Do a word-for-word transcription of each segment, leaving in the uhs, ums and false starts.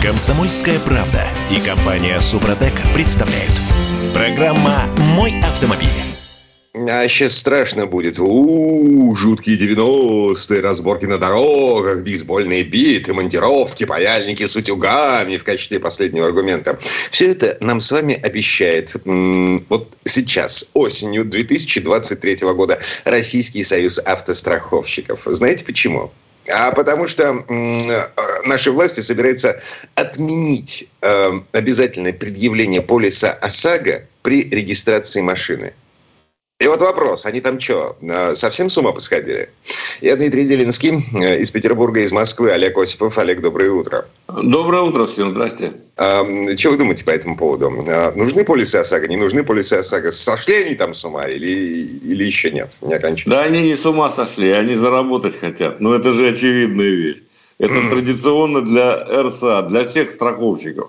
Комсомольская правда и компания «Супротек» представляют. Программа «Мой автомобиль». А сейчас страшно будет. У-у-у, жуткие девяностые, разборки на дорогах, бейсбольные биты, монтировки, паяльники с утюгами в качестве последнего аргумента. Все это нам с вами обещает м- вот сейчас, осенью две тысячи двадцать третьего года, Российский союз автостраховщиков. Знаете почему? А потому что м- наши власти собираются отменить э, обязательное предъявление полиса ОСАГО при регистрации машины. И вот вопрос, они там что, совсем с ума посходили? Я Дмитрий Делинский, из Петербурга, из Москвы. Олег Осипов. Олег, доброе утро. Доброе утро всем, здрасте. А, что вы думаете по этому поводу? А, нужны полисы ОСАГО, не нужны полисы ОСАГО? Сошли они там с ума или, или еще нет? Не окончательно. Да они не с ума сошли, они заработать хотят. Но это же очевидная вещь. Это традиционно для эр эс а, для всех страховщиков.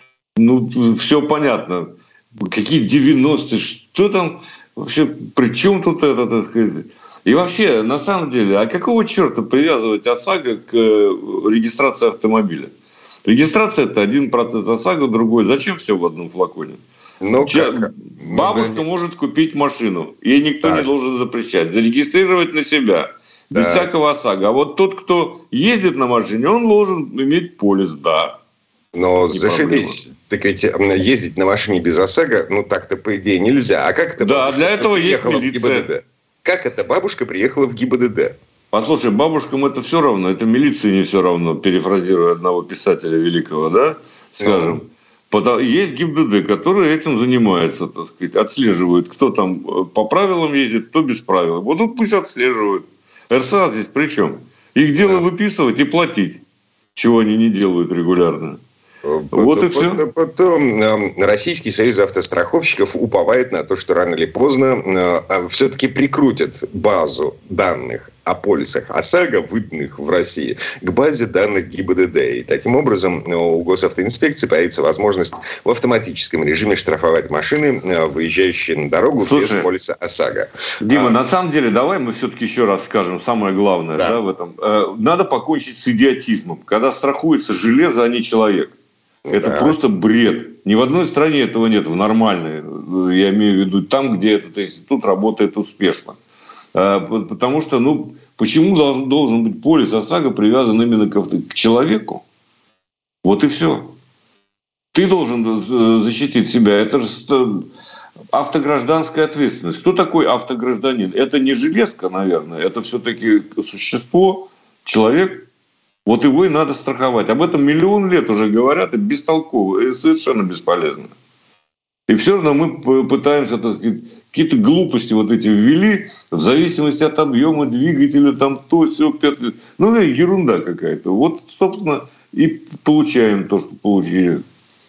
Ну, все понятно. Какие девяностые, что там... Вообще, при чем тут это, так сказать? И вообще, на самом деле, а какого черта привязывать ОСАГО к регистрации автомобиля? Регистрация – это один процесс, ОСАГО – другой. Зачем все в одном флаконе? Ну, как? Бабушка ну, может купить машину, ей никто так. не должен запрещать. Зарегистрировать на себя, без да. всякого ОСАГО. А вот тот, кто ездит на машине, он должен иметь полис, да. Но не зашибись. Так ведь ездить на машине без ОСАГО, ну так-то по идее нельзя. А как это да, для этого есть милиция. ГИБДД? Как это бабушка приехала в ГИБДД? Послушай, бабушкам это все равно, это милиции не все равно, перефразируя одного писателя великого, да, скажем. Mm. Потому, есть ГИБДД, который этим занимается, так сказать, отслеживает, кто там по правилам ездит, кто без правил. Вот ну, пусть отслеживают. эр эс а здесь при чем? Их дело mm. выписывать и платить, чего они не делают регулярно. Вот и все. Потом Российский союз автостраховщиков уповает на то, что рано или поздно все-таки прикрутят базу данных о полисах ОСАГО, выданных в России, к базе данных ГИБДД. И таким образом у госавтоинспекции появится возможность в автоматическом режиме штрафовать машины, выезжающие на дорогу Слушай, без полиса ОСАГО. Дима, а... на самом деле, давай мы все-таки еще раз скажем самое главное да. Да, в этом. Надо покончить с идиотизмом. Когда страхуется железо, а не человек. Это да. просто бред. Ни в одной стране этого нет, в нормальной. Я имею в виду там, где этот институт работает успешно. Потому что, ну, почему должен, должен быть полис ОСАГО привязан именно к, к человеку? Вот и все. Ты должен защитить себя. Это же автогражданская ответственность. Кто такой автогражданин? Это не железка, наверное. Это все-таки существо, человек. Вот его и надо страховать. Об этом миллион лет уже говорят, и бестолково, и совершенно бесполезно. И все равно мы пытаемся, так сказать, какие-то глупости вот эти ввели, в зависимости от объема двигателя, там то, все, пятое. Ну, ерунда какая-то. Вот, собственно, и получаем то, что получили.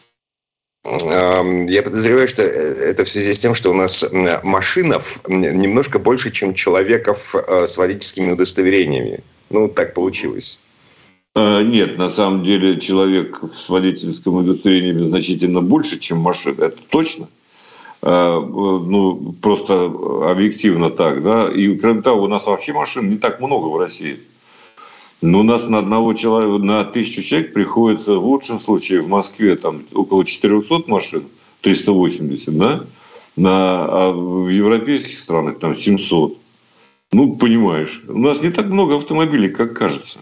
Я подозреваю, что это в связи с тем, что у нас машинов немножко больше, чем человеков с водительскими удостоверениями. Ну, так получилось. Нет, на самом деле человек с водительским удостоверением значительно больше, чем машина. Это точно. Ну, просто объективно так, да. И, кроме того, у нас вообще машин не так много в России. Но у нас на одного человека, на тысячу человек приходится в лучшем случае в Москве там около четырехсот машин, триста восемьдесят, да. На, а в европейских странах там семьсот. Ну, понимаешь, у нас не так много автомобилей, как кажется.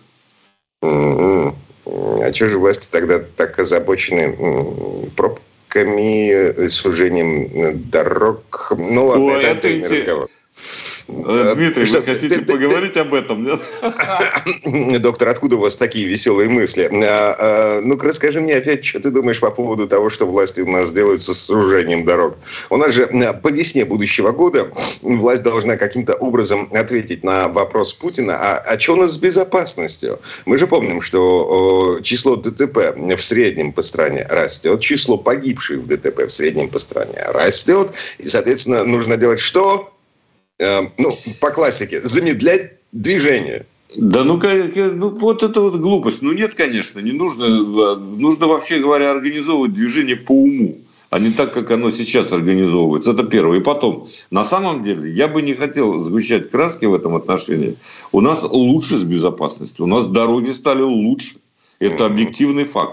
А что же власти тогда так озабочены пробками, сужением дорог? Ну ладно, Ой, это отдельный это... разговор. Дмитрий, что, вы хотите ты, поговорить ты, об этом? Нет? Доктор, откуда у вас такие веселые мысли? А, а, ну-ка, расскажи мне опять, что ты думаешь по поводу того, что власти у нас делают со сужением дорог. У нас же по весне будущего года власть должна каким-то образом ответить на вопрос Путина, а, а что у нас с безопасностью? Мы же помним, что о, число ДТП в среднем по стране растет, число погибших в ДТП в среднем по стране растет, и, соответственно, нужно делать что? Ну, по классике, замедлять движение. Да ну, ну вот это вот глупость. Ну нет, конечно, не нужно. Нужно, вообще говоря, организовывать движение по уму, а не так, как оно сейчас организовывается. Это первое. И потом, на самом деле, я бы не хотел сгущать краски в этом отношении. У нас лучше с безопасностью. У нас дороги стали лучше. Это объективный факт.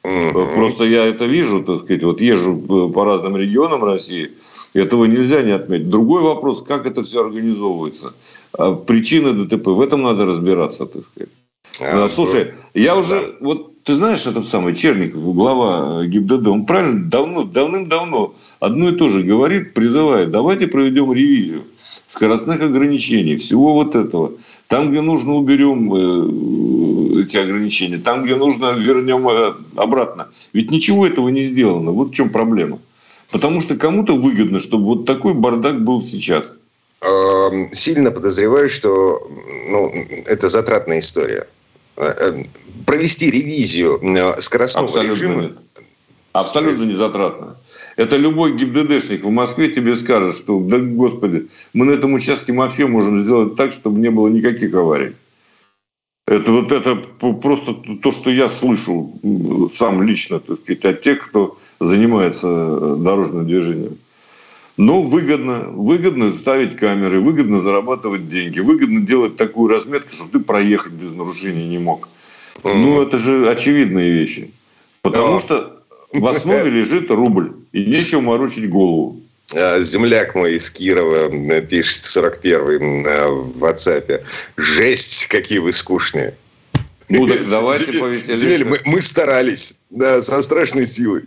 Угу. Просто я это вижу, так сказать, вот езжу по разным регионам России, этого нельзя не отметить. Другой вопрос, как это все организовывается. Причины ДТП, в этом надо разбираться, так сказать. А, Слушай, ну, я уже, да. вот ты знаешь, этот самый Черников, глава ГИБДД, он правильно давно, давным-давно одно и то же говорит, призывает, давайте проведем ревизию скоростных ограничений, всего вот этого. Там, где нужно, уберем эти ограничения, там, где нужно, вернем обратно. Ведь ничего этого не сделано. Вот в чем проблема. Потому что кому-то выгодно, чтобы вот такой бардак был сейчас. Сильно подозреваю, что ну, это затратная история. Провести ревизию скоростного Абсолютно режима... Нет. Абсолютно не затратно. Это любой ГИБДДшник в Москве тебе скажет, что, да господи, мы на этом участке вообще можем сделать так, чтобы не было никаких аварий. Это вот это просто то, что я слышу сам лично, так сказать, от тех, кто занимается дорожным движением. Но выгодно, выгодно ставить камеры, выгодно зарабатывать деньги, выгодно делать такую разметку, чтобы ты проехать без нарушений не мог. Mm-hmm. Ну, это же очевидные вещи. Потому oh. что в основе лежит рубль. И нечего морочить голову. Земляк мой из Кирова пишет сорок первый в WhatsApp. Жесть, какие вы скучные. Ну, так давайте повеселимся. Мы, мы старались. Да, со страшной силой.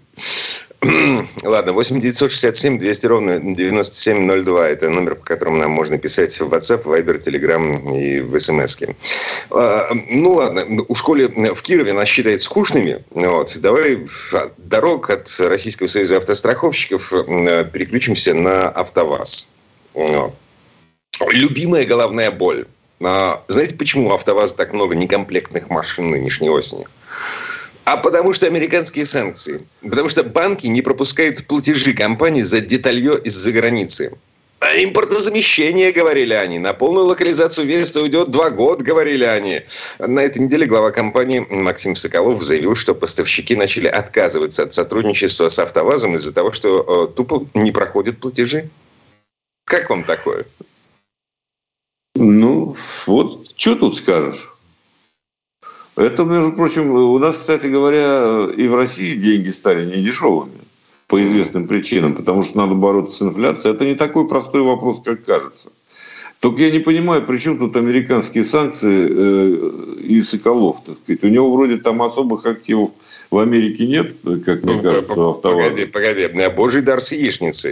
Ладно, восемь девятьсот шестьдесят семь двести ровно девяносто семь ноль два. Это номер, по которому нам можно писать в WhatsApp, Viber, Telegram и в смс-ке. А, ну ладно, у школы в Кирове нас считают скучными. Вот. Давай от дорог от Российского союза автостраховщиков переключимся на АвтоВАЗ. Вот. Любимая головная боль. А, знаете, почему у АвтоВАЗа так много некомплектных машин нынешней осенью? А потому что американские санкции. Потому что банки не пропускают платежи компаний за деталье из-за границы. А импортозамещение, говорили они. На полную локализацию Веста уйдет два года, говорили они. На этой неделе глава компании Максим Соколов заявил, что поставщики начали отказываться от сотрудничества с АвтоВАЗом из-за того, что э, тупо не проходят платежи. Как вам такое? Ну, вот что тут скажешь? Это, между прочим, у нас, кстати говоря, и в России деньги стали недешевыми по известным причинам, потому что надо бороться с инфляцией. Это не такой простой вопрос, как кажется. Только я не понимаю, при чем тут американские санкции э, и Соколов, так сказать. У него вроде там особых активов в Америке нет, как мне ну, кажется, в АвтоВАЗе. Погоди, погоди. Божий дар с яичницей.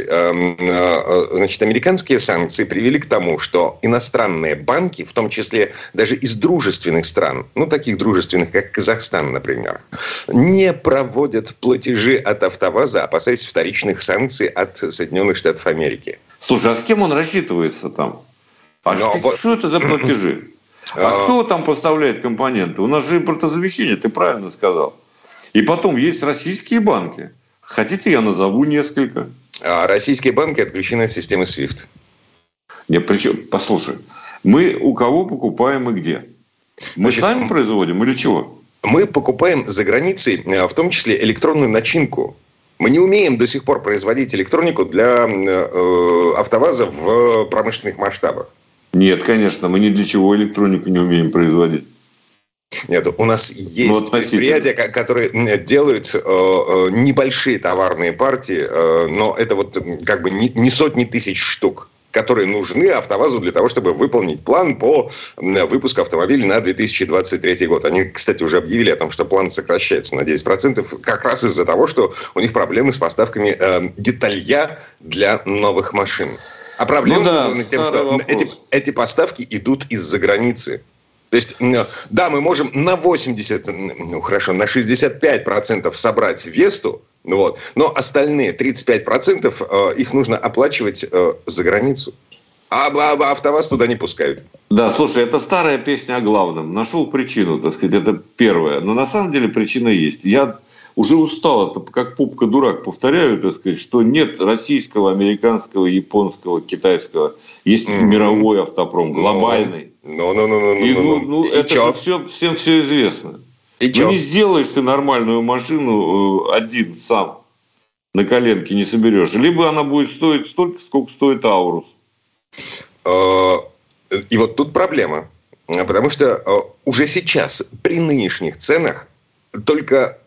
Значит, американские санкции привели к тому, что иностранные банки, в том числе даже из дружественных стран, ну, таких дружественных, как Казахстан, например, не проводят платежи от АвтоВАЗа, опасаясь вторичных санкций от Соединенных Штатов Америки. Слушай, а с кем он рассчитывается там? А Но, что, что это за платежи? А кто там поставляет компоненты? У нас же импортозамещение, ты правильно сказал. И потом есть российские банки. Хотите, я назову несколько. А российские банки отключены от системы свифт. Нет, причем, послушай, мы у кого покупаем и где? Мы Значит, сами производим или чего? Мы покупаем за границей, в том числе электронную начинку. Мы не умеем до сих пор производить электронику для э, АвтоВАЗа в промышленных масштабах. Нет, конечно, мы ни для чего электронику не умеем производить. Нет, у нас есть ну, предприятия, которые делают э, э, небольшие товарные партии, э, но это вот как бы не, не сотни тысяч штук, которые нужны АвтоВАЗу для того, чтобы выполнить план по выпуску автомобилей на две тысячи двадцать третий год. Они, кстати, уже объявили о том, что план сокращается на десять процентов как раз из-за того, что у них проблемы с поставками э, деталья для новых машин. А проблема ну да, вызвана тем, что эти, эти поставки идут из-за границы. То есть, да, мы можем на восемьдесят, ну хорошо, на шестьдесят пять процентов собрать Весту, вот, но остальные тридцать пять процентов э, их нужно оплачивать э, за границу. А, а АвтоВАЗ туда не пускают. Да, слушай, это старая песня о главном. Нашел причину, так сказать, это первое. Но на самом деле причина есть. Я уже устал, это как пупка-дурак повторяю, так сказать, что нет российского, американского, японского, китайского. Есть mm-hmm. мировой автопром, глобальный. Ну, ну, ну, ну, И, ну, ну, ну И это чё? же все, всем все известно. И ну, чё? не сделаешь ты нормальную машину один сам на коленке не соберешь. Либо она будет стоить столько, сколько стоит Аурус. И вот тут проблема. Потому что уже сейчас при нынешних ценах только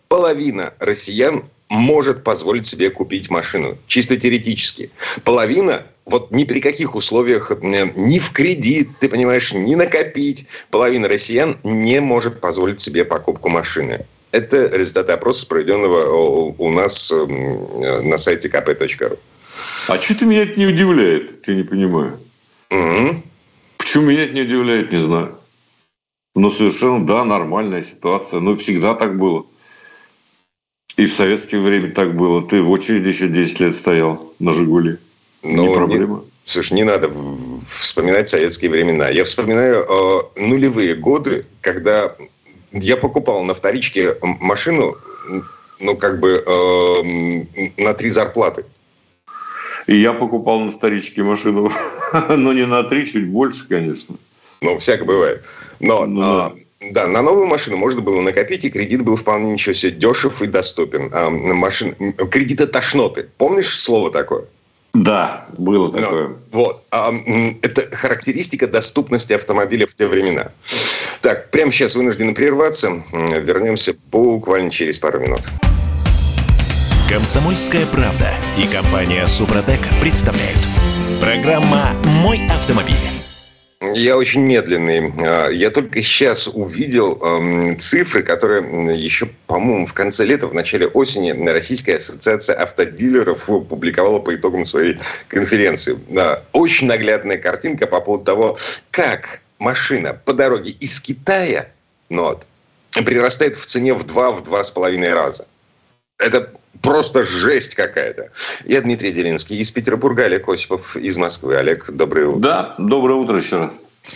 половина россиян может позволить себе купить машину. Чисто теоретически. Половина вот ни при каких условиях, ни в кредит, ты понимаешь, ни накопить. Половина россиян не может позволить себе покупку машины. Это результаты опроса, проведенного у нас на сайте ка пэ точка ру. А что ты меня это не удивляет? Я не понимаю. Mm-hmm. Почему меня это не удивляет, не знаю. Но совершенно, да, нормальная ситуация. Но всегда так было. И в советское время так было. Ты в очереди еще десять лет стоял на «Жигули». Но не проблема. Не, слушай, не надо вспоминать советские времена. Я вспоминаю э, нулевые годы, когда я покупал на вторичке машину, ну, как бы э, на три зарплаты. И я покупал на вторичке машину, но не на три, чуть больше, конечно. Ну, всякое бывает. Но, ну, а, да, на новую машину можно было накопить, и кредит был вполне ничего себе дешев и доступен. А, машин... Кредиты тошноты. Помнишь слово такое? Да, было такое. Ну, вот. А, это характеристика доступности автомобиля в те времена. Так, прямо сейчас вынуждены прерваться. Вернемся буквально через пару минут. «Комсомольская правда» и компания «Супротек» представляют. Программа «Мой автомобиль». Я очень медленный. Я только сейчас увидел цифры, которые еще, по-моему, в конце лета, в начале осени Российская ассоциация автодилеров опубликовала по итогам своей конференции. Очень наглядная картинка по поводу того, как машина по дороге из Китая, ну вот, прирастает в цене в два, в два с половиной раза. Это просто жесть какая-то. Я Дмитрий Делинский из Петербурга, Олег Осипов из Москвы. Олег, доброе утро. Да, доброе утро еще раз.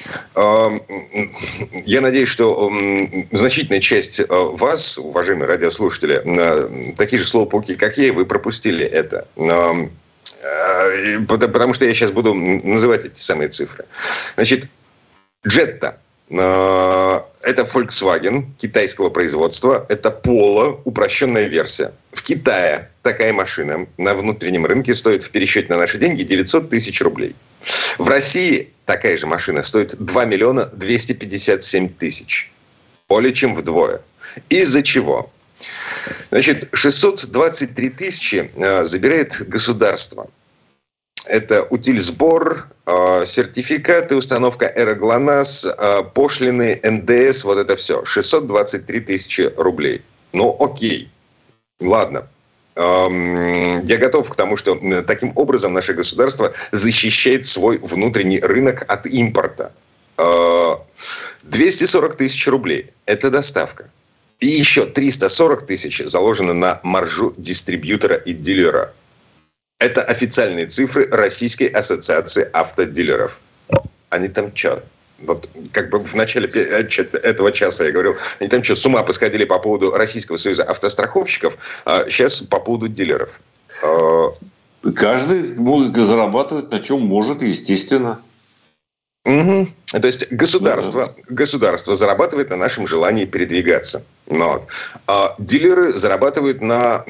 Я надеюсь, что значительная часть вас, уважаемые радиослушатели, такие же слоупоки, как я, вы пропустили это. Потому что я сейчас буду называть эти самые цифры. Значит, Jetta. Это Volkswagen китайского производства. Это Polo, упрощенная версия. В Китае такая машина на внутреннем рынке стоит в пересчете на наши деньги девятьсот тысяч рублей. В России такая же машина стоит два миллиона двести пятьдесят семь тысяч. Более чем вдвое. Из-за чего? Значит, шестьсот двадцать три тысячи забирает государство. Это утильсбор, сертификаты, установка ЭРО-ГЛОНАСС, пошлины, эн дэ эс, вот это все. шестьсот двадцать три тысячи рублей. Ну, окей. Ладно. Я готов к тому, что таким образом наше государство защищает свой внутренний рынок от импорта. двести сорок тысяч рублей. Это доставка. И еще триста сорок тысяч заложено на маржу дистрибьютора и дилера. Это официальные цифры Российской ассоциации автодилеров. Они там что? Вот как бы в начале этого часа я говорил, они там что, с ума посходили по поводу Российского союза автостраховщиков, а сейчас по поводу дилеров. Каждый может зарабатывать на чем может, естественно. Угу. То есть государство, да. государство зарабатывает на нашем желании передвигаться. Но а дилеры зарабатывают на...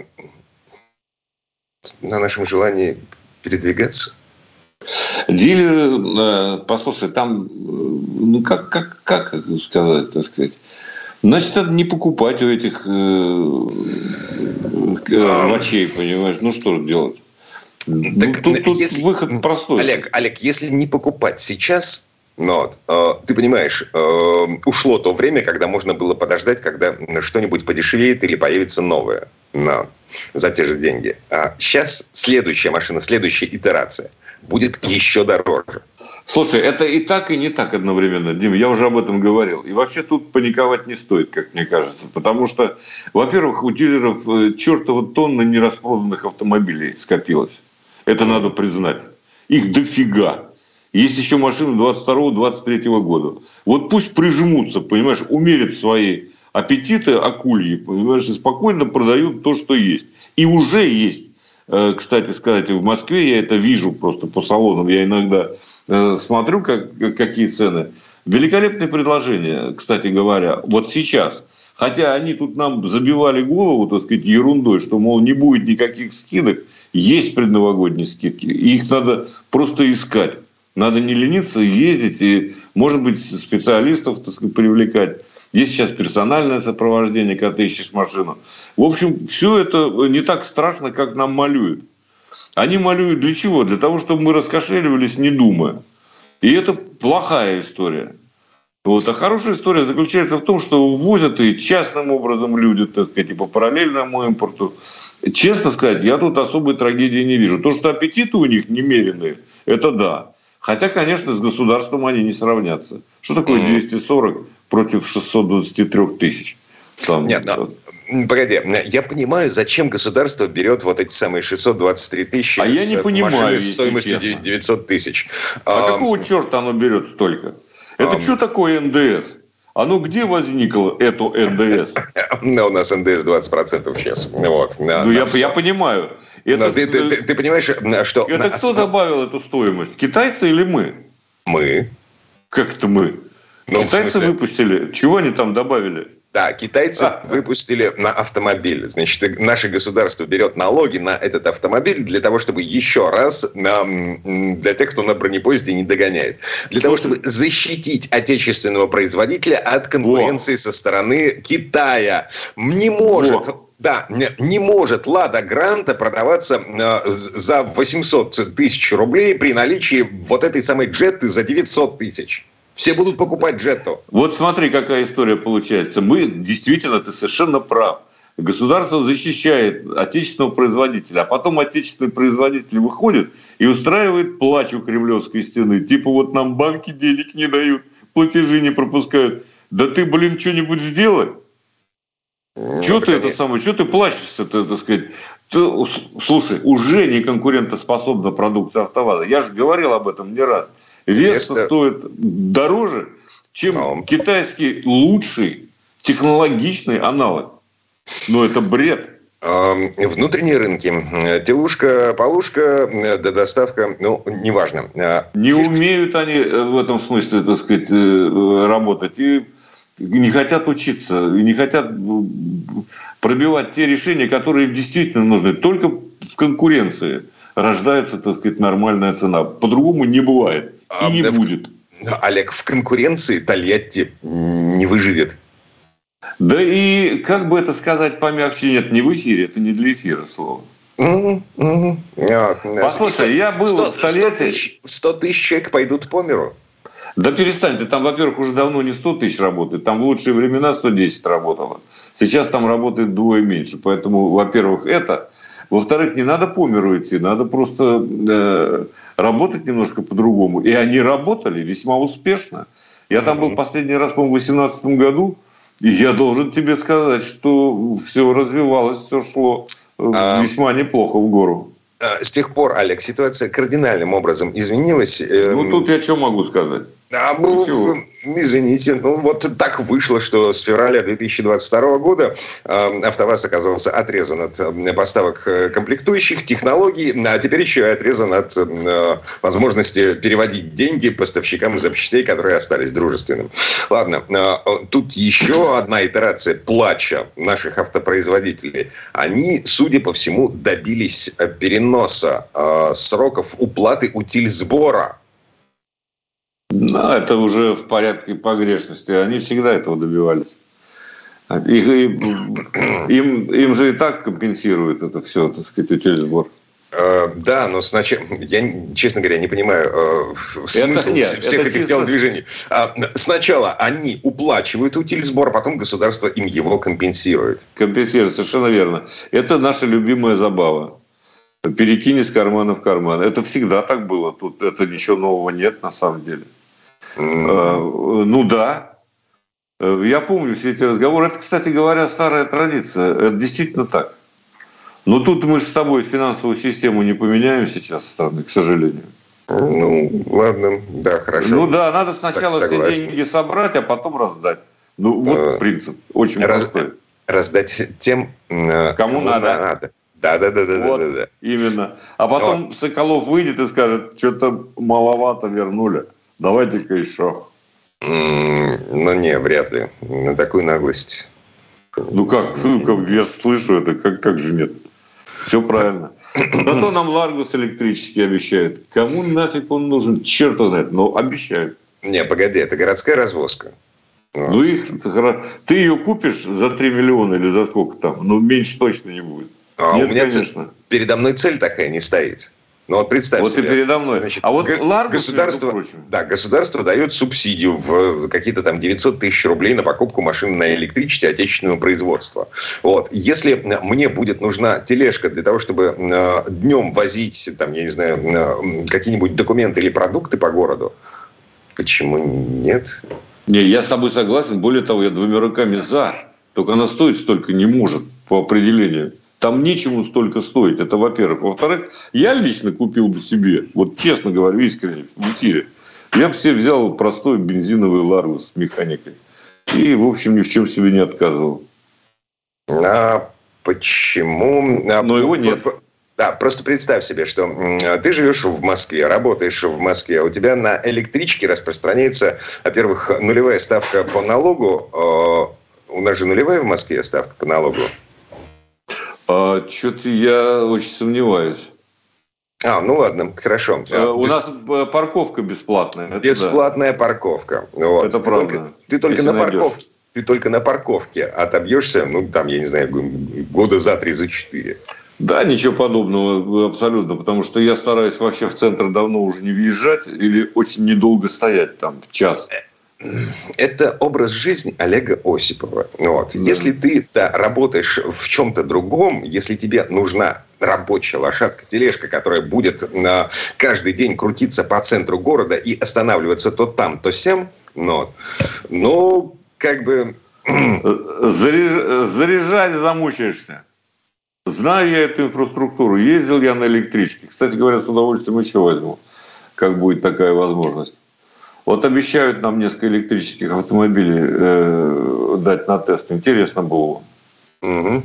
на нашем желании передвигаться? Дилеры, послушай, там, ну, как, как, как сказать, так сказать, значит, надо не покупать у этих врачей, понимаешь, ну, что же делать? Так, ну, тут, если, тут выход простой. Олег, Олег, если не покупать сейчас, ну, э, ты понимаешь, э, ушло то время, когда можно было подождать, когда что-нибудь подешевеет или появится новое, но за те же деньги. А сейчас следующая машина, следующая итерация будет еще дороже. Слушай, это и так, и не так одновременно, Дим, я уже об этом говорил. И вообще тут паниковать не стоит, как мне кажется. Потому что, во-первых, у дилеров чертова тонна нераспроданных автомобилей скопилось. Это надо признать. Их дофига. Есть еще машины двадцать второго - двадцать третьего года. Вот пусть прижмутся, понимаешь, умерят свои аппетиты акульи, понимаешь, и спокойно продают то, что есть. И уже есть. Кстати сказать, в Москве я это вижу просто по салонам. Я иногда смотрю, как, какие цены. Великолепные предложения, кстати говоря, вот сейчас. Хотя они тут нам забивали голову, так сказать, ерундой, что, мол, не будет никаких скидок. Есть предновогодние скидки. Их надо просто искать. Надо не лениться, ездить и, может быть, специалистов, так сказать, привлекать. Есть сейчас персональное сопровождение, когда ты ищешь машину. В общем, все это не так страшно, как нам малюют. Они малюют для чего? Для того, чтобы мы раскошеливались, не думая. И это плохая история. Вот. А хорошая история заключается в том, что ввозят и частным образом люди, так сказать, и по параллельному импорту. Честно сказать, я тут особой трагедии не вижу. То, что аппетиты у них немеренные, это да. Хотя, конечно, с государством они не сравнятся. Что такое двести сорок против шестьсот двадцать три тысяч? Там, Нет, но, погоди, я понимаю, зачем государство берет вот эти самые шестьсот двадцать три тысячи а я не понимаю, стоимостью девятьсот тысяч. А, а какого черта оно берет столько? Это а... что такое эн дэ эс? А ну где возникло это эн дэ эс? Ну, у нас эн дэ эс двадцать процентов сейчас. Вот. Ну, я, я понимаю. Это, ты, ты, ты, ты понимаешь, что... Это кто основ... добавил эту стоимость? Китайцы или мы? Мы. Как это мы? Ну, китайцы выпустили. Чего они там добавили? Да, китайцы а. выпустили на автомобиль. Значит, наше государство берет налоги на этот автомобиль для того, чтобы еще раз, для тех, кто на бронепоезде не догоняет, для того, чтобы защитить отечественного производителя от конкуренции Во. со стороны Китая. Не может... Во. Да, не, не может «Лада Гранта» продаваться э, за восемьсот тысяч рублей при наличии вот этой самой «Джетты» за девятьсот тысяч. Все будут покупать «Джетту». Вот смотри, какая история получается. Мы, действительно, ты совершенно прав. Государство защищает отечественного производителя, а потом отечественный производитель выходит и устраивает плач у Кремлевской стены. Типа вот нам банки денег не дают, платежи не пропускают. Да ты, блин, что-нибудь сделай. Чего ты это самое, чего ты плачешься-то, так сказать? Ты, слушай, уже не конкурентоспособна продукция АвтоВАЗа. Я же говорил об этом не раз. Веста Веста... стоит дороже, чем Но... китайский лучший технологичный аналог. Но это бред. Внутренние рынки. Телушка, полушка, да доставка, ну, неважно. Не умеют они в этом смысле, так сказать, работать. И не хотят учиться, не хотят пробивать те решения, которые им действительно нужны. Только в конкуренции рождается, так сказать, нормальная цена. По-другому не бывает и а, не да, будет. Олег, в конкуренции Тольятти не выживет. Да и, как бы это сказать помягче, нет, не в эфире, это не для эфира слово. Mm-hmm. Mm-hmm. Послушай, я был сто, в Тольятти... сто тысяч человек пойдут по миру. Да перестань, ты там, во-первых, уже давно не сто тысяч работает, там в лучшие времена сто десять работало. Сейчас там работает вдвое меньше, поэтому, во-первых, это. Во-вторых, не надо по миру идти, надо просто э, работать немножко по-другому. И они работали весьма успешно. Я там был последний раз, по-моему, в две тысячи восемнадцатом году, и я должен тебе сказать, что все развивалось, все шло а... весьма неплохо в гору. С тех пор, Олег, ситуация кардинальным образом изменилась. Ну, тут я что могу сказать? А, ну, извините, ну вот так вышло, что с февраля две тысячи двадцать второго года э, АвтоВАЗ оказался отрезан от э, поставок комплектующих, технологий, а теперь еще и отрезан от э, возможности переводить деньги поставщикам запчастей, которые остались дружественным. Ладно, э, тут еще одна итерация плача наших автопроизводителей. Они, судя по всему, добились переноса э, сроков уплаты утильсбора. Ну, это уже в порядке погрешности. Они всегда этого добивались. Их, им, им же и так компенсируют это все, так сказать, утильсбор. Да, но сначала, я, честно говоря, не понимаю смысл нет, всех этих чисто... телодвижений. Сначала они уплачивают утильсбор, потом государство им его компенсирует. Компенсирует, совершенно верно. Это наша любимая забава. Перекинь из кармана в карман. Это всегда так было. Тут это ничего нового нет на самом деле. Mm-hmm. Ну да. Я помню все эти разговоры. Это, кстати говоря, старая традиция. Это действительно так. Но тут мы же с тобой финансовую систему не поменяем сейчас в стране, к сожалению. Ну, ладно, да, хорошо. Ну да, надо сначала все деньги собрать, а потом раздать. Ну, вот а, принцип. Очень раз, простой. Раздать тем, кому, кому надо. надо. Да, да, да, да, вот, да, да. Именно. А потом вот. Соколов выйдет и скажет, что-то маловато вернули. Давайте-ка еще. Mm, ну, не, вряд ли. На такую наглость. Ну как? Ну, я слышу это, как, как же нет? Все правильно. Зато нам Ларгус электрический обещают. Кому нафиг он нужен? Черт знает, но обещают. Не, погоди, это городская развозка. Вот. Ну, их, ты ее купишь за три миллиона или за сколько там? Ну, меньше точно не будет. А Нет, у меня конечно. Цель, передо мной цель такая не стоит. Ну вот представь вот себе. Вот и передо мной. Значит, а вот Ларгус, государство, да, государство дает субсидию в какие-то там девятьсот тысяч рублей на покупку машин на электричестве отечественного производства. Вот. Если мне будет нужна тележка для того, чтобы э, днем возить, там, я не знаю, э, какие-нибудь документы или продукты по городу, почему нет? Не, я с тобой согласен. Более того, я двумя руками за. Только она стоить столько не может по определению. Там нечему столько стоить. Это во-первых. Во-вторых, я лично купил бы себе, вот честно говорю, искренне, в эфире, я бы себе взял простой бензиновый Ларгус с механикой. И, в общем, ни в чем себе не отказывал. А почему? Но его нет. Да, просто представь себе, что ты живешь в Москве, работаешь в Москве, у тебя на электричке распространяется, во-первых, нулевая ставка по налогу. У нас же нулевая в Москве ставка по налогу. А, что-то я очень сомневаюсь. А, ну ладно, хорошо. А, у Бес... нас парковка бесплатная. Это бесплатная да. парковка. Вот. Это ты правда. Только, ты, только на парковке, ты только на парковке отобьешься, ну, там, я не знаю, года за три, за четыре. Да, ничего подобного абсолютно, потому что я стараюсь вообще в центр давно уже не въезжать или очень недолго стоять там, час. Это образ жизни Олега Осипова. Вот. Да. Если ты да, работаешь в чем-то другом, если тебе нужна рабочая лошадка, тележка, которая будет э, каждый день крутиться по центру города и останавливаться то там, то сям, ну, ну как бы... Заряж... Заряжать замучаешься. Знаю я эту инфраструктуру. Ездил я на электричке. Кстати говоря, с удовольствием еще возьму, как будет такая возможность. Вот обещают нам несколько электрических автомобилей э, дать на тест. Интересно было. Угу.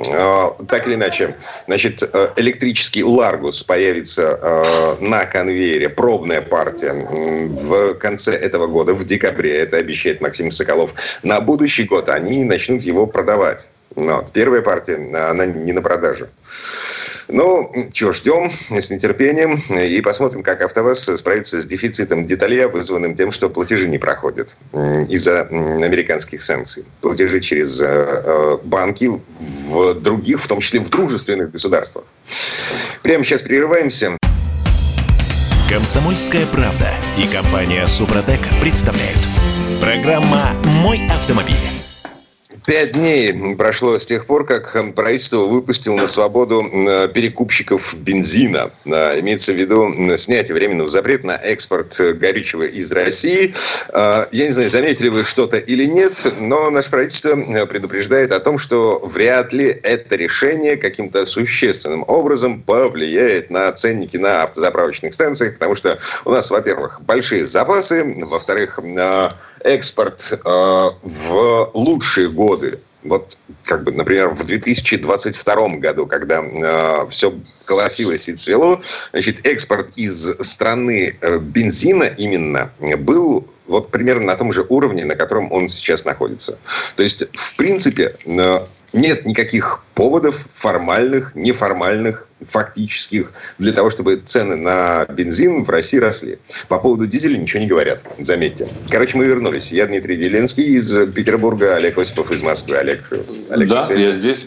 Так или иначе, значит, электрический Ларгус появится э, на конвейере. Пробная партия в конце этого года, в декабре. Это обещает Максим Соколов. На будущий год они начнут его продавать. Но первая партия, она не на продажу. Ну, чего, ждем с нетерпением и посмотрим, как АвтоВАЗ справится с дефицитом деталей, вызванным тем, что платежи не проходят из-за американских санкций. Платежи через банки в других, в том числе в дружественных государствах. Прямо сейчас прерываемся. «Комсомольская правда» и компания «Супротек» представляют. Программа «Мой автомобиль». Пять дней прошло с тех пор, как правительство выпустило на свободу перекупщиков бензина. Имеется в виду снятие временного запрета на экспорт горючего из России. Я не знаю, заметили вы что-то или нет, но наше правительство предупреждает о том, что вряд ли это решение каким-то существенным образом повлияет на ценники на автозаправочных станциях, потому что у нас, во-первых, большие запасы, во-вторых, экспорт э, в лучшие годы, вот как бы, например, в две тысячи двадцать втором году, когда э, все колосилось и цвело, значит, экспорт из страны э, бензина именно был вот примерно на том же уровне, на котором он сейчас находится. То есть, в принципе, э, нет никаких поводов формальных, неформальных, фактических для того, чтобы цены на бензин в России росли. По поводу дизеля ничего не говорят, заметьте. Короче, мы вернулись. Я Дмитрий Делинский из Петербурга, Олег Осипов из Москвы. Олег, Олег да, я здесь.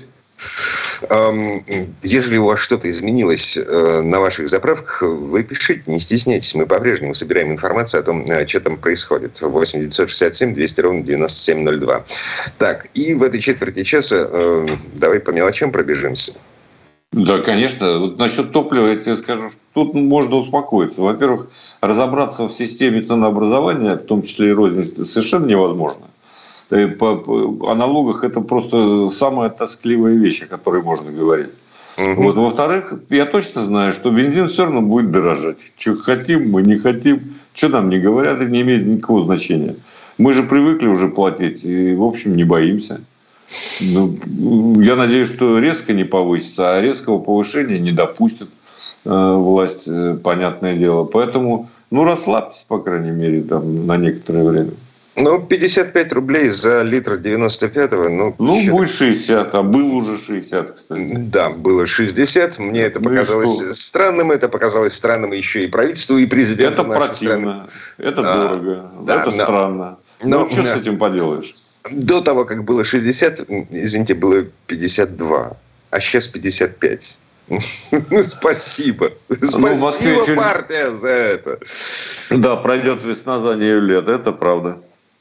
Если у вас что-то изменилось на ваших заправках, вы пишите, не стесняйтесь. Мы по-прежнему собираем информацию о том, что там происходит. восемь девятьсот шестьдесят семь двести ровно девяносто семь ноль два. Так, и в этой четверти часа давай по мелочам пробежимся. Да, конечно. Вот насчет топлива я тебе скажу, что тут можно успокоиться. Во-первых, разобраться в системе ценообразования, в том числе и розницы, совершенно невозможно. О налогах это просто самая тоскливая вещь, о которой можно говорить. Угу. Вот. Во-вторых, я точно знаю, что бензин все равно будет дорожать. Что хотим, мы не хотим, что нам не говорят, это не имеет никакого значения. Мы же привыкли уже платить и, в общем, не боимся. Ну, я надеюсь, что резко не повысится, а резкого повышения не допустит э, власть, э, понятное дело. Поэтому, ну, расслабьтесь, по крайней мере, там, на некоторое время. Ну, пятьдесят пять рублей за литр девяносто пятого. Ну, ну будет шестьдесят, а было уже шестьдесят, кстати. Да, было шестьдесят. Мне это ну показалось странным. Это показалось странным еще и правительству, и президенту нашей страны. Это противно, это дорого, а, да, это но... странно. Но, ну, что с этим поделаешь? До того, как было шестьдесят, извините, было пятьдесят два, а сейчас пятьдесят пять. Спасибо. Спасибо, партия, за это. Да, пройдет весна, за нею лет, это правда.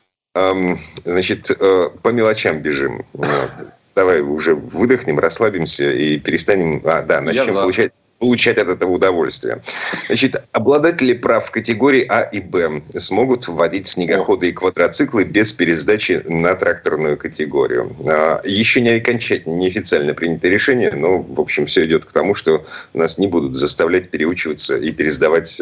Значит, по мелочам бежим. Давай уже выдохнем, расслабимся и перестанем... А, да, начнем получать... получать от этого удовольствие. Значит, обладатели прав в категории А и Б смогут вводить снегоходы и квадроциклы без пересдачи на тракторную категорию. Еще не окончательно, неофициально принято решение, но, в общем, все идет к тому, что нас не будут заставлять переучиваться и пересдавать.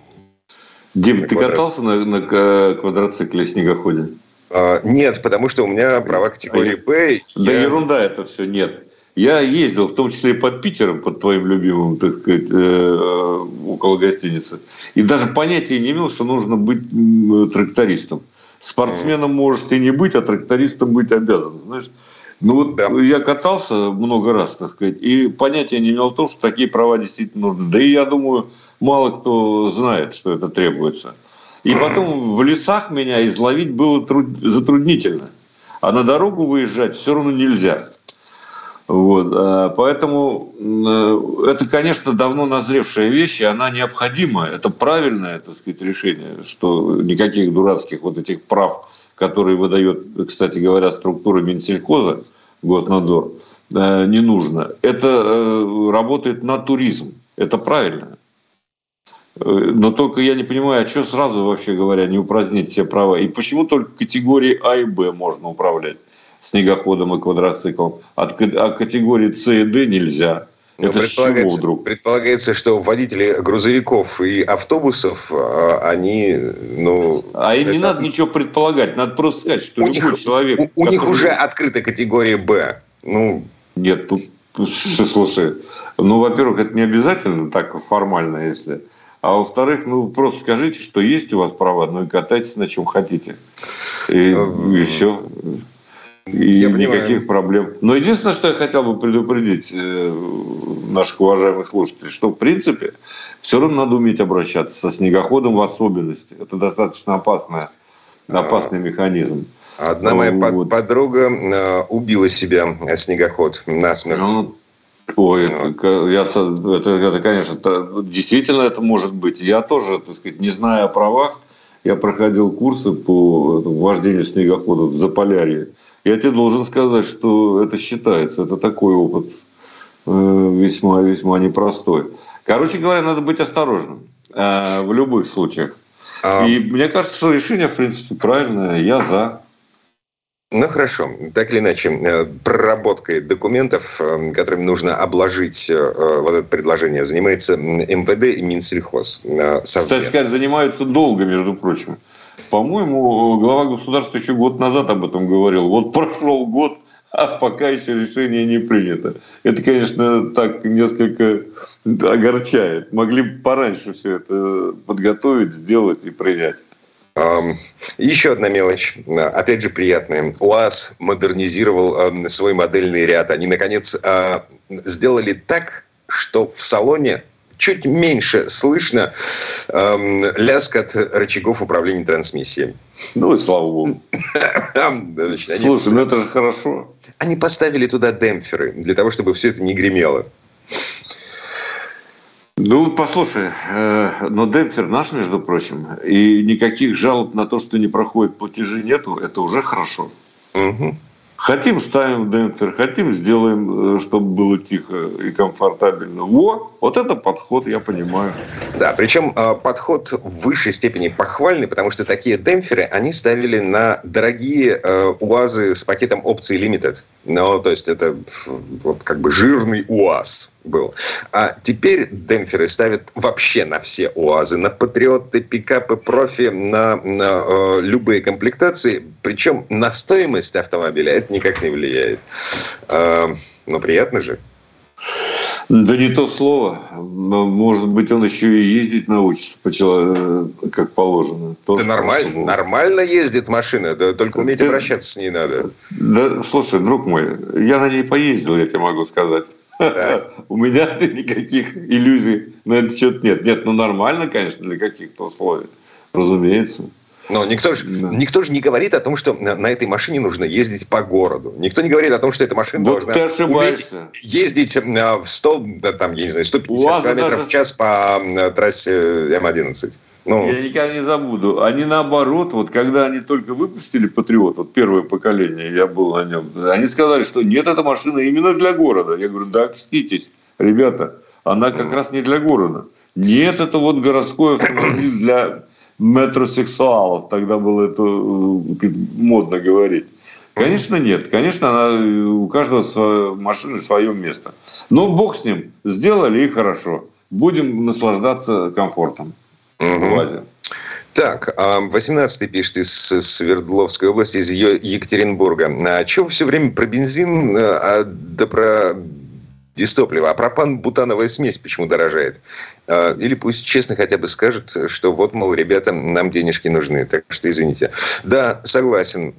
Дим, ты катался на, на квадроцикле снегоходе? Нет, потому что у меня права категории Б. Да я... ерунда это все, нет. Я ездил, в том числе и под Питером, под твоим любимым, так сказать, э, около гостиницы. И даже понятия не имел, что нужно быть трактористом. Спортсменом может и не быть, а трактористом быть обязан. Знаешь? Ну вот да. Я катался много раз, так сказать, и понятия не имел о том, что такие права действительно нужны. Да и я думаю, мало кто знает, что это требуется. И потом в лесах меня изловить было труд... затруднительно. А на дорогу выезжать все равно нельзя. Вот. Поэтому это, конечно, давно назревшая вещь, и она необходима. Это правильное, так сказать, решение, что никаких дурацких вот этих прав, которые выдает, кстати говоря, структура Минсельхоза, Госнадзор, не нужно. Это работает на туризм. Это правильно. Но только я не понимаю, а что сразу, вообще говоря, не упразднить все права? И почему только категории А и Б можно управлять снегоходом и квадроциклом, а категории С и Д нельзя? Но это с чего вдруг? Предполагается, что водители грузовиков и автобусов, они... Ну, а им это... не надо ничего предполагать, надо просто сказать, что у любой них, человек... У, у который... них уже открыта категория Б. Ну... Нет, тут, тут, слушай, ну, во-первых, это не обязательно так формально, если... А во-вторых, ну, просто скажите, что есть у вас права, ну и катайтесь на чем хотите. И, и все. И я никаких понимаю. Проблем. Но единственное, что я хотел бы предупредить э, наших уважаемых слушателей, что, в принципе, все равно надо уметь обращаться со снегоходом в особенности. Это достаточно опасная, опасный а, механизм. Одна моя вот. подруга э, убила себя снегоход насмерть. Ну, Ой, вот. я, это, это, конечно, это, действительно это может быть. Я тоже, так сказать, не зная о правах, я проходил курсы по этому, вождению снегоходов в Заполярье. Я тебе должен сказать, что это считается. Это такой опыт весьма-весьма непростой. Короче говоря, надо быть осторожным э, в любых случаях. А... И мне кажется, что решение, в принципе, правильное. Я за. Ну, хорошо. Так или иначе, проработкой документов, которыми нужно обложить вот это предложение, занимается эм вэ дэ и Минсельхоз совместно. Кстати сказать, занимаются долго, между прочим. По-моему, глава государства еще год назад об этом говорил. Вот прошел год, а пока еще решение не принято. Это, конечно, так несколько огорчает. Могли бы пораньше все это подготовить, сделать и принять. Еще одна мелочь, опять же приятная. УАЗ модернизировал свой модельный ряд. Они, наконец, сделали так, что в салоне чуть меньше слышно лязг от рычагов управления трансмиссией. Ну и слава богу. Слушай, ну это же хорошо. Они поставили туда демпферы, для того, чтобы все это не гремело. Ну, послушай, э, но демпфер наш, между прочим, и никаких жалоб на то, что не проходят платежи, нету, это уже хорошо. Угу. Хотим, ставим демпфер, хотим, сделаем, чтобы было тихо и комфортабельно. Во, вот это подход, я понимаю. Да, причем подход в высшей степени похвальный, потому что такие демпферы они ставили на дорогие УАЗы с пакетом опций Limited. Ну, то есть это вот как бы жирный УАЗ был. А теперь демпферы ставят вообще на все УАЗы, на патриоты, пикапы, профи, на, на э, любые комплектации. Причем на стоимость автомобиля это никак не влияет. Э, но приятно же. Да не то слово. Может быть, он еще и ездить научится, как положено. Да нормально, нормально ездит машина, да только уметь Ты... обращаться с ней надо. Да, слушай, друг мой, я на ней поездил, я тебе могу сказать. Да. У меня никаких иллюзий на этот счет нет. Нет, ну нормально, конечно, для каких-то условий, разумеется. Но никто же, да. никто же не говорит о том, что на, на этой машине нужно ездить по городу. Никто не говорит о том, что эта машина вот должна уметь ездить в сто, там, я не знаю, сто пятьдесят километров даже... в час по трассе эм одиннадцать. Ну. Я никогда не забуду. Они наоборот, вот когда они только выпустили «Патриот», вот первое поколение, я был на нем, они сказали, что нет, эта машина именно для города. Я говорю, да, окститесь, ребята, она как mm. раз не для города. Нет, это вот городской автомобиль для метросексуалов. Тогда было это модно говорить. Конечно, нет. Конечно, она, у каждого машины свое место. Но бог с ним. Сделали и хорошо. Будем наслаждаться комфортом. Угу. Так, восемнадцатый пишет из Свердловской области, из Екатеринбурга. А чего все время про бензин, а, да про дистопливо, а пропан-бутановая смесь почему дорожает? Или пусть честно хотя бы скажет, что вот, мол, ребята, нам денежки нужны, так что извините. Да, согласен.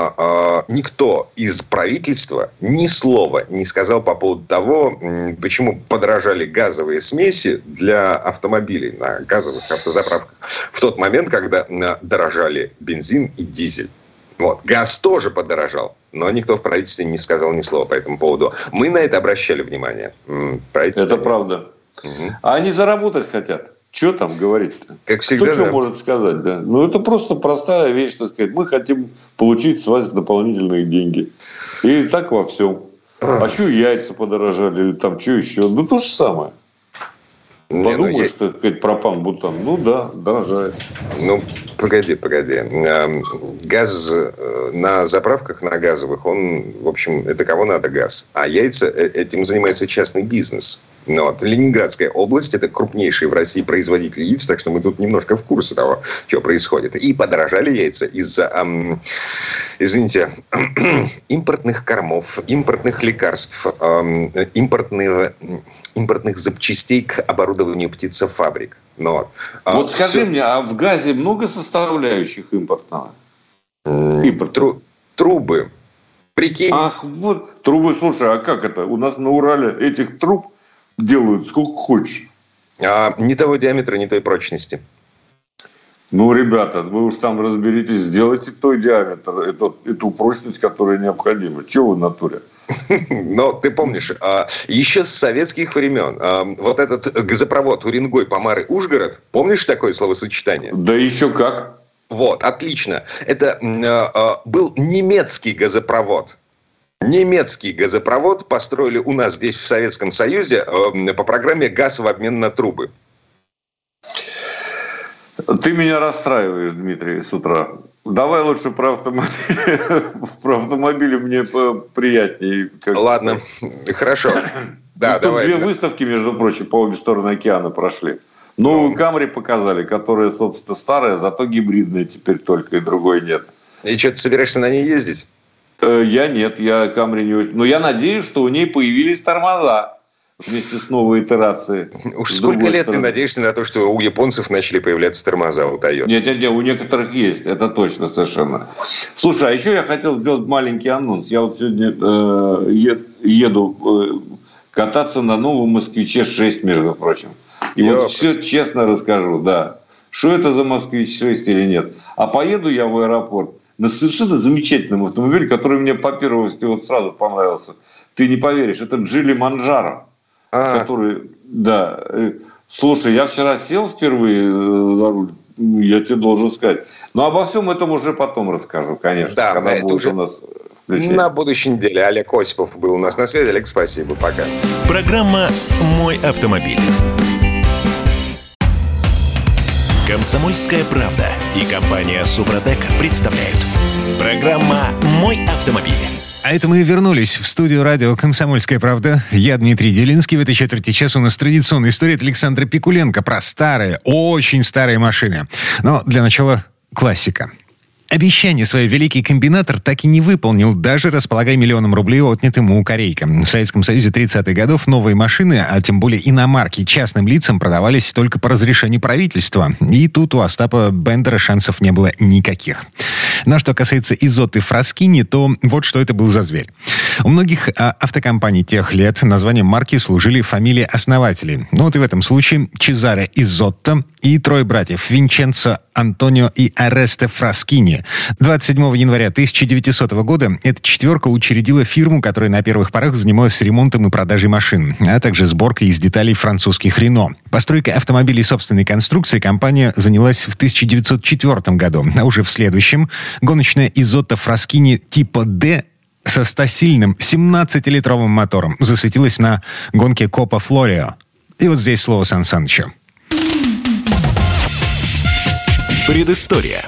Никто из правительства ни слова не сказал по поводу того, почему подорожали газовые смеси для автомобилей на газовых автозаправках в тот момент, когда дорожали бензин и дизель. Вот. Газ тоже подорожал, но никто в правительстве не сказал ни слова по этому поводу. Мы на это обращали внимание. Это нет. Правда. Угу. А они заработать хотят. Что там говорить-то? Как всегда. Кто да. что может сказать? Да? Ну, это просто простая вещь, так сказать. Мы хотим получить с вас дополнительные деньги. И так во всем. А что яйца подорожали? Или там что еще? Ну, то же самое. Не, Подумаешь, ну, я... что сказать, пропан-бутан. Ну да, дорожает. Ну, погоди, погоди. Газ на заправках, на газовых, он, в общем, это кого надо газ. А яйца, этим занимается частный бизнес. Ну, вот. Ленинградская область – это крупнейший в России производитель яиц, так что мы тут немножко в курсе того, что происходит. И подорожали яйца из-за, эм, извините, импортных кормов, импортных лекарств, эм, импортных, импортных запчастей к оборудованию птицефабрик. Ну, вот вот скажи все... мне, а в газе много составляющих импортного? Импорт. Тру- трубы. Прикинь. Ах, вот трубы. Слушай, а как это? У нас на Урале этих труб делают сколько хочешь. А, не того диаметра, не той прочности. Ну, ребята, вы уж там разберитесь, сделайте той диаметр, эту, эту прочность, которая необходима. Чего вы в натуре? Но ты помнишь, еще с советских времен вот этот газопровод Уренгой-Помары-Ужгород, помнишь такое словосочетание? Да еще как. Вот, отлично. Это был немецкий газопровод. Немецкий газопровод построили у нас здесь, в Советском Союзе, по программе «Газ в обмен на трубы». Ты меня расстраиваешь, Дмитрий, с утра. Давай лучше про автомобили. Про автомобили мне приятнее. Ладно, хорошо. Да, тут давай. Две выставки, между прочим, по обе стороны океана прошли. Новую Камри показали, которая, собственно, старая, зато гибридная теперь только, и другой нет. И что, ты собираешься на ней ездить? Я нет, я Камри не очень. Но я надеюсь, что у ней появились тормоза вместе с новой итерацией. Уж сколько лет стороны. Ты надеешься на то, что у японцев начали появляться тормоза у Toyota? Нет, нет, нет, у некоторых есть, это точно совершенно. Слушай, а еще я хотел сделать маленький анонс. Я вот сегодня э, еду э, кататься на новом Москвиче шесть, между прочим. И Ёпрст. Вот все честно расскажу, да. Что это за Москвич шесть или нет. А поеду я в аэропорт на совершенно замечательном автомобиле, который мне по первости вот сразу понравился. Ты не поверишь, это Джили Манджаро. А. Который, да. Слушай, я вчера сел впервые за руль, я тебе должен сказать. Но обо всем этом уже потом расскажу, конечно. Да, когда будет уже у нас включение. На будущей неделе. Олег Осипов был у нас на связи. Олег, спасибо. Пока. Программа «Мой автомобиль». «Комсомольская правда» и компания «Супротек» представляют. Программа «Мой автомобиль». А это мы вернулись в студию радио «Комсомольская правда». Я Дмитрий Делинский. В этой четверти часа у нас традиционная история от Александра Пикуленко про старые, очень старые машины. Но для начала классика. Обещание свое великий комбинатор так и не выполнил, даже располагая миллионом рублей, отнятым у корейка. В Советском Союзе тридцатых годов новые машины, а тем более иномарки, частным лицам продавались только по разрешению правительства. И тут у Остапа Бендера шансов не было никаких. Но что касается Изотты Фраскини, то вот что это был за зверь. У многих а, автокомпаний тех лет названием марки служили фамилии основателей. Ну вот и в этом случае Чезаре Изотто и трое братьев Винченцо, Антонио и Оресте Фраскини. двадцать седьмого января тысяча девятисотого года эта четверка учредила фирму, которая на первых порах занималась ремонтом и продажей машин, а также сборкой из деталей французских Рено. Постройкой автомобилей собственной конструкции компания занялась в тысяча девятьсот четвёртом году, а уже в следующем гоночная Изотто Фраскини типа D со стосильным семнадцатилитровым мотором засветилась на гонке Копа Флорио. И вот здесь слово Сан Санычу. Предыстория.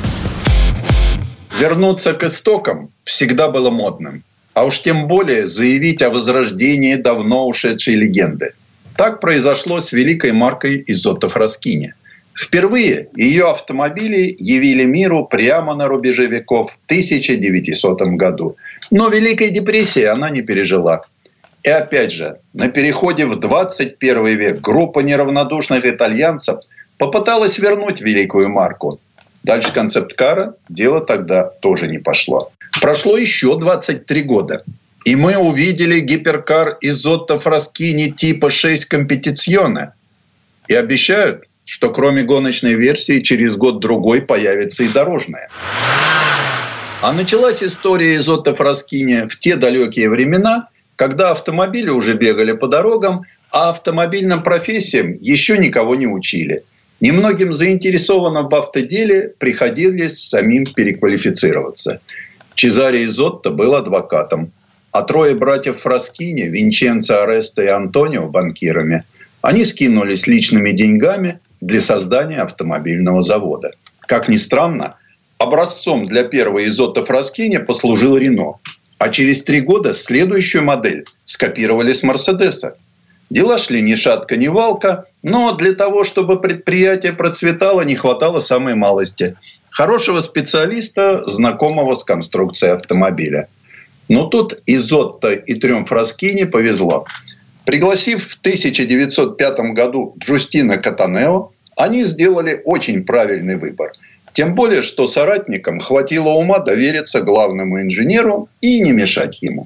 Вернуться к истокам всегда было модным. А уж тем более заявить о возрождении давно ушедшей легенды. Так произошло с великой маркой Изотто Фраскини. Впервые ее автомобили явили миру прямо на рубеже веков в тысяча девятисотом году. Но Великой депрессии она не пережила. И опять же, на переходе в двадцать первый век группа неравнодушных итальянцев попыталась вернуть великую марку. Дальше концепт-кара дело тогда тоже не пошло. Прошло еще двадцать три года. И мы увидели гиперкар Изотто Фраскини типа шесть Компетиционе. И обещают, что кроме гоночной версии через год-другой появится и дорожная. А началась история Изотто Фраскини в те далекие времена, когда автомобили уже бегали по дорогам, а автомобильным профессиям еще никого не учили. Немногим заинтересованным в автоделе приходилось самим переквалифицироваться. Чезаре Изотто был адвокатом, а трое братьев Фраскини, Винченцо, Оресте и Антонио, банкирами. Они скинулись личными деньгами для создания автомобильного завода. Как ни странно, образцом для первой Изотто Фраскини послужил Рено. А через три года следующую модель скопировали с Мерседеса. Дела шли ни шатка, ни валка, но для того, чтобы предприятие процветало, не хватало самой малости. Хорошего специалиста, знакомого с конструкцией автомобиля. Но тут Изотто и трем Фраскини повезло. Пригласив в тысяча девятьсот пятом году Джустино Катанео, они сделали очень правильный выбор. Тем более, что соратникам хватило ума довериться главному инженеру и не мешать ему.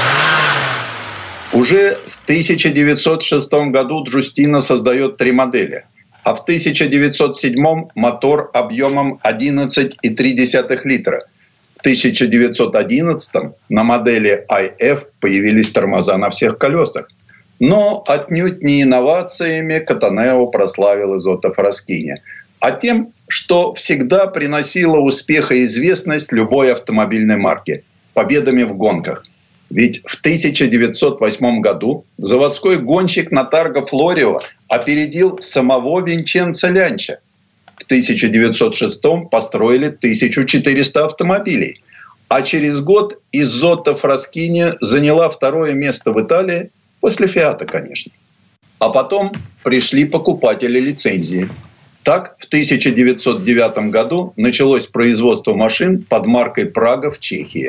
Уже в тысяча девятьсот шестом году Джустино создает три модели, а в тысяча девятьсот седьмом мотор объемом одиннадцать целых три десятых литра. В тысяча девятьсот одиннадцатом на модели ай эф появились тормоза на всех колесах. Но отнюдь не инновациями Катанео прославил Изотто Фраскини, а тем, что всегда приносило успех и известность любой автомобильной марки – победами в гонках. Ведь в тысяча девятьсот восьмом году заводской гонщик на Тарго Флорио опередил самого Винченцо Лянча. В тысяча девятьсот шестом построили тысячу четыреста автомобилей. А через год Изотто Фраскини заняла второе место в Италии, после Фиата, конечно. А потом пришли покупатели лицензии. Так, в тысяча девятьсот девятом году началось производство машин под маркой «Прага» в Чехии.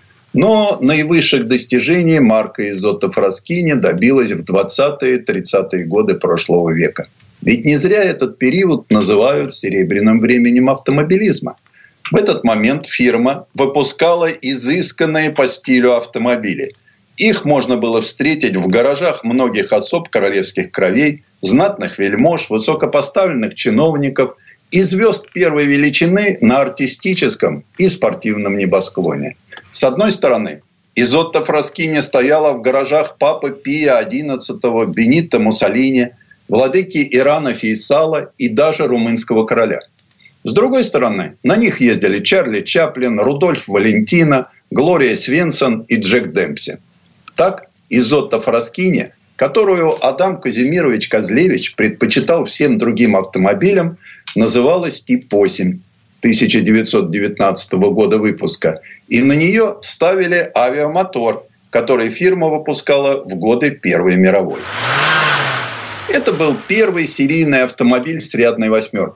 Но наивысших достижений марка Изотто Фраскини добилась в двадцатые-тридцатые годы прошлого века. Ведь не зря этот период называют серебряным временем автомобилизма. В этот момент фирма выпускала изысканные по стилю автомобили. Их можно было встретить в гаражах многих особ королевских кровей, знатных вельмож, высокопоставленных чиновников и звезд первой величины на артистическом и спортивном небосклоне. С одной стороны, Изотто Фраскини стояла в гаражах папы Пия одиннадцатого, Бенито Муссолини, владыки Ирана Фейсала и даже румынского короля. С другой стороны, на них ездили Чарли Чаплин, Рудольф Валентино, Глория Свенсон и Джек Демпси. Так Изотто Фраскини, которую Адам Казимирович Козлевич предпочитал всем другим автомобилям, называлась тип восемь тысяча девятьсот девятнадцатого года выпуска. И на нее ставили авиамотор, который фирма выпускала в годы Первой мировой. Это был первый серийный автомобиль с рядной восьмеркой.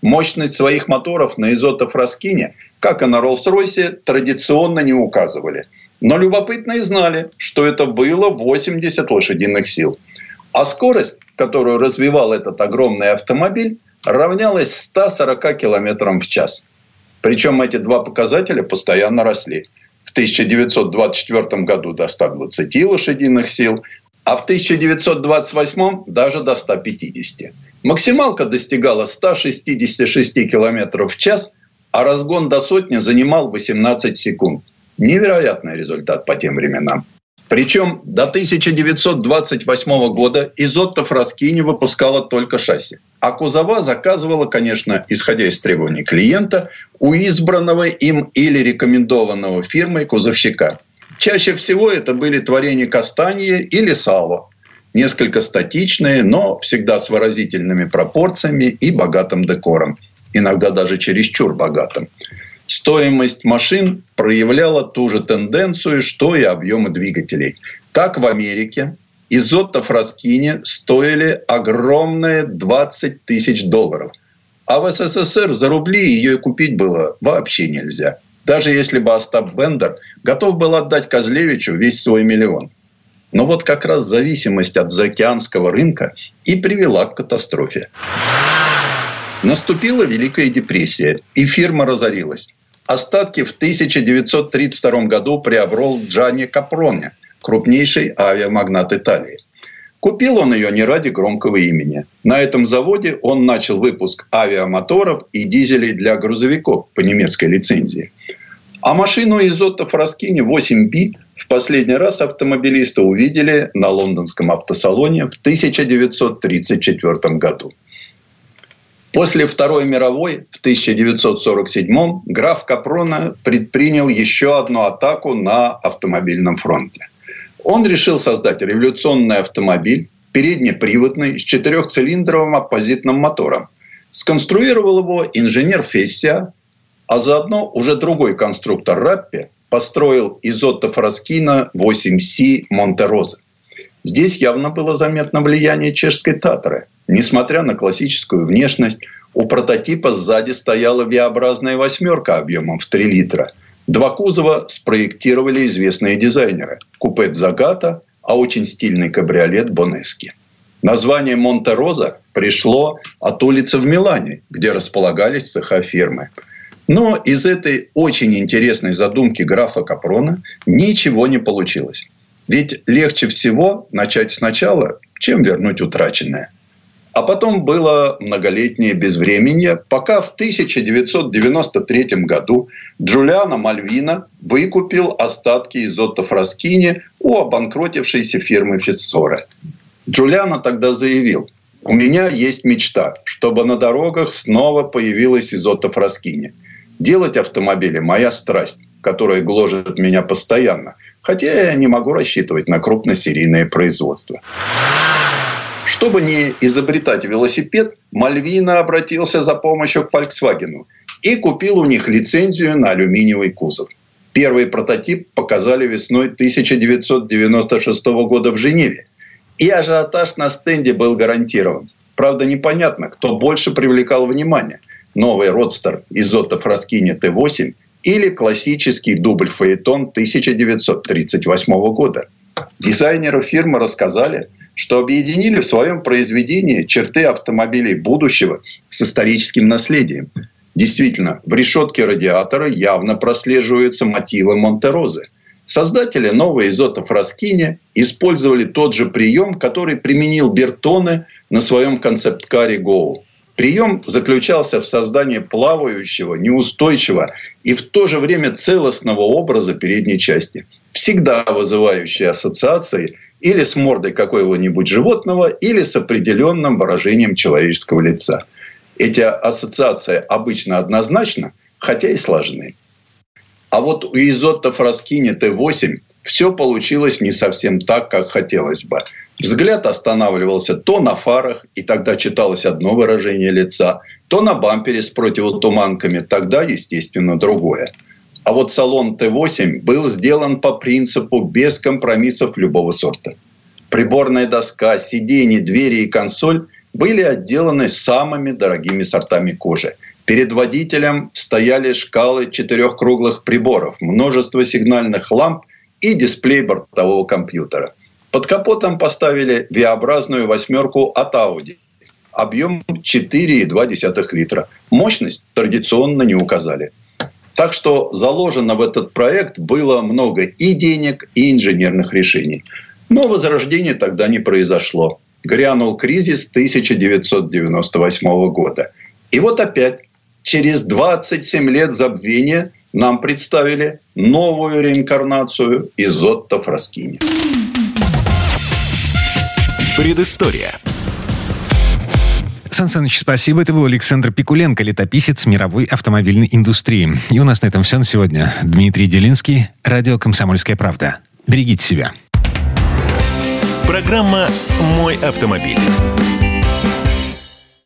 Мощность своих моторов на изотофраскине, как и на Роллс-Ройсе, традиционно не указывали. Но любопытные знали, что это было восемьдесят лошадиных сил. А скорость, которую развивал этот огромный автомобиль, равнялась ста сорока километрам в час. Причем эти два показателя постоянно росли. В тысяча девятьсот двадцать четвёртом году до ста двадцати лошадиных сил, а в тысяча девятьсот двадцать восьмом даже до ста пятидесяти. Максималка достигала ста шестидесяти шести километров в час, а разгон до сотни занимал восемнадцать секунд. Невероятный результат по тем временам. Причем до тысяча девятьсот двадцать восьмого года изотофраскини выпускала только шасси. А кузова заказывала, конечно, исходя из требований клиента, у избранного им или рекомендованного фирмой кузовщика. Чаще всего это были творения Кастаньи или Салво. Несколько статичные, но всегда с выразительными пропорциями и богатым декором. Иногда даже чересчур богатым. Стоимость машин проявляла ту же тенденцию, что и объемы двигателей. Так в Америке изотофраскини стоили огромные двадцать тысяч долларов. А в СССР за рубли ее и купить было вообще нельзя. Даже если бы Остап Бендер готов был отдать Козлевичу весь свой миллион. Но вот как раз зависимость от заокеанского рынка и привела к катастрофе. Наступила Великая депрессия, и фирма разорилась. Остатки в тысяча девятьсот тридцать втором году приобрел Джанни Капроне, крупнейший авиамагнат Италии. Купил он ее не ради громкого имени. На этом заводе он начал выпуск авиамоторов и дизелей для грузовиков по немецкой лицензии. А машину изотофраскини восемь би в последний раз автомобилисты увидели на лондонском автосалоне в тысяча девятьсот тридцать четвёртом году. После Второй мировой в тысяча девятьсот сорок седьмом граф Капроне предпринял еще одну атаку на автомобильном фронте. Он решил создать революционный автомобиль, переднеприводный, с четырехцилиндровым оппозитным мотором. Сконструировал его инженер Фессия, а заодно уже другой конструктор Раппи построил изотофраскина восемь си Монте-Роза. Здесь явно было заметно влияние чешской Татры. Несмотря на классическую внешность, у прототипа сзади стояла V-образная восьмерка объемом в три литра. Два кузова спроектировали известные дизайнеры. Купе Дзагата, а очень стильный кабриолет Бонески. Название Монте-Роза пришло от улицы в Милане, где располагались цеха фирмы. Но из этой очень интересной задумки графа Капроне ничего не получилось. Ведь легче всего начать сначала, чем вернуть утраченное. А потом было многолетнее безвременье, пока в тысяча девятьсот девяносто третьем году Джулиано Мальвина выкупил остатки изотофраскини у обанкротившейся фирмы Фессоре. Джулиано тогда заявил: «У меня есть мечта, чтобы на дорогах снова появилась изотофраскини. Делать автомобили – моя страсть, которая гложет меня постоянно, хотя я не могу рассчитывать на крупносерийное производство». Чтобы не изобретать велосипед, Мальвина обратился за помощью к Volkswagen и купил у них лицензию на алюминиевый кузов. Первый прототип показали весной тысяча девятьсот девяносто шестого года в Женеве. И ажиотаж на стенде был гарантирован. Правда, непонятно, кто больше привлекал внимание. Новый родстер изотофраскини Т восемь или классический дубль-фаэтон тысяча девятьсот тридцать восьмого года. Дизайнеры фирмы рассказали, что объединили в своем произведении черты автомобилей будущего с историческим наследием. Действительно, в решетке радиатора явно прослеживаются мотивы Монте-Розы. Создатели новой изотофраскини использовали тот же прием, который применил Бертоне на своем концепт-каре Гоу. Прием заключался в создании плавающего, неустойчивого и в то же время целостного образа передней части, всегда вызывающей ассоциации или с мордой какого-нибудь животного, или с определенным выражением человеческого лица. Эти ассоциации обычно однозначны, хотя и сложны. А вот у изотофраскини Т восемь все получилось не совсем так, как хотелось бы. Взгляд останавливался то на фарах, и тогда читалось одно выражение лица, то на бампере с противотуманками, тогда, естественно, другое. А вот салон Т восемь был сделан по принципу без компромиссов любого сорта. Приборная доска, сиденье, двери и консоль были отделаны самыми дорогими сортами кожи. Перед водителем стояли шкалы четырех круглых приборов, множество сигнальных ламп и дисплей бортового компьютера. Под капотом поставили V-образную восьмерку от Audi. Объем четыре и два десятых литра. Мощность традиционно не указали. Так что заложено в этот проект было много и денег, и инженерных решений. Но возрождение тогда не произошло. Грянул кризис тысяча девятьсот девяносто восьмого года. И вот опять, через двадцать семь лет забвения, нам представили новую реинкарнацию Изотто Фраскини. Предыстория. Сан Саныч, спасибо. Это был Александр Пикуленко, летописец мировой автомобильной индустрии. И у нас на этом все на сегодня. Дмитрий Делинский, радио «Комсомольская правда». Берегите себя. Программа «Мой автомобиль».